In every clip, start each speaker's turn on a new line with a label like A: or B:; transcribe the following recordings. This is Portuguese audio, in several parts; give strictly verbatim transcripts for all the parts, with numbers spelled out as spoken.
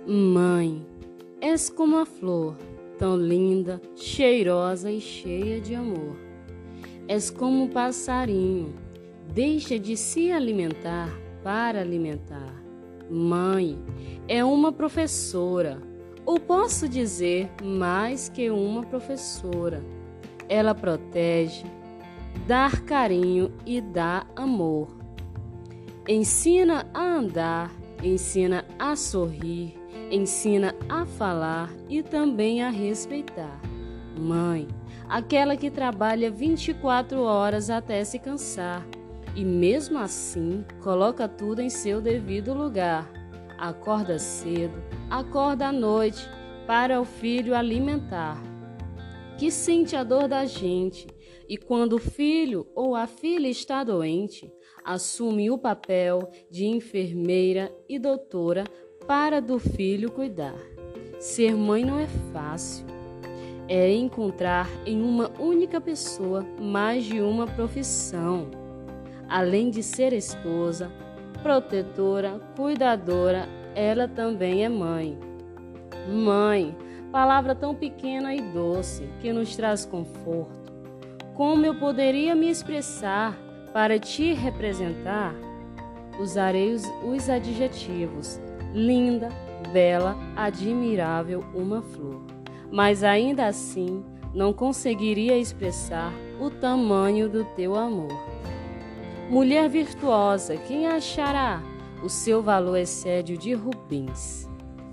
A: Mãe, és como a flor, tão linda, cheirosa e cheia de amor. És como um passarinho, deixa de se alimentar para alimentar. Mãe, é uma professora, ou posso dizer mais que uma professora. Ela protege, dá carinho e dá amor. Ensina a andar, ensina a sorrir, ensina a falar e também a respeitar. Mãe, aquela que trabalha vinte e quatro horas até se cansar e mesmo assim coloca tudo em seu devido lugar. Acorda cedo, acorda à noite para o filho alimentar, que sente a dor da gente e quando o filho ou a filha está doente, assume o papel de enfermeira e doutora para do filho cuidar. Ser mãe não é fácil. É encontrar em uma única pessoa mais de uma profissão. Além de ser esposa, protetora, cuidadora, ela também é mãe. Mãe, palavra tão pequena e doce que nos traz conforto. Como eu poderia me expressar para te representar? Usarei os, os adjetivos linda, bela, admirável, uma flor. Mas ainda assim, não conseguiria expressar o tamanho do teu amor. Mulher virtuosa, quem achará? O seu valor excede o de Rubens.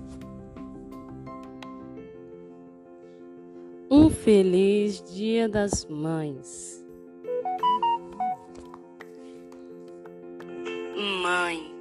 A: Um feliz Dia das Mães. Mãe.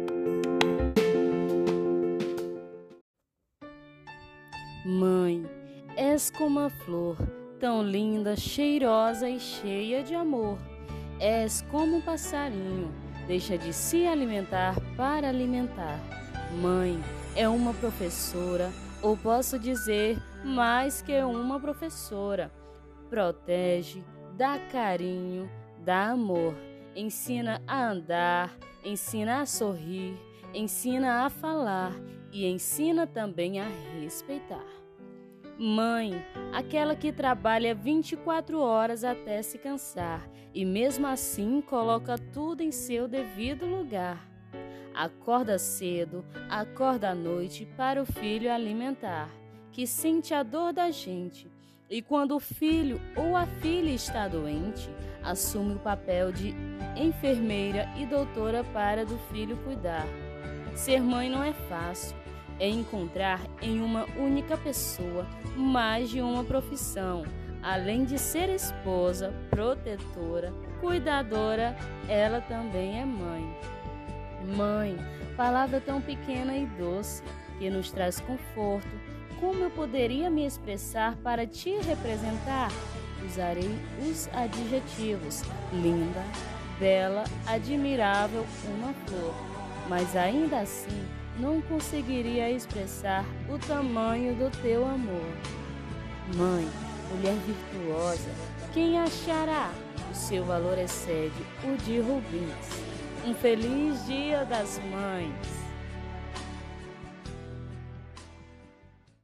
A: Mãe, és como a flor, tão linda, cheirosa e cheia de amor. És como um passarinho, deixa de se alimentar para alimentar. Mãe, é uma professora, ou posso dizer mais que uma professora. Protege, dá carinho, dá amor, ensina a andar, ensina a sorrir, ensina a falar e ensina também a respeitar. Mãe, aquela que trabalha vinte e quatro horas até se cansar e mesmo assim coloca tudo em seu devido lugar. Acorda cedo, acorda à noite para o filho alimentar, que sente a dor da gente. E quando o filho ou a filha está doente, assume o papel de enfermeira e doutora para do filho cuidar. Ser mãe não é fácil. É encontrar em uma única pessoa mais de uma profissão. Além de ser esposa, protetora, cuidadora, ela também é mãe. Mãe, palavra tão pequena e doce que nos traz conforto. Como eu poderia me expressar para te representar? Usarei os adjetivos linda, bela, admirável, uma flor. Mas ainda assim, não conseguiria expressar o tamanho do teu amor. Mãe, mulher virtuosa, quem achará? O seu valor excede o de Rubens. Um feliz Dia das Mães!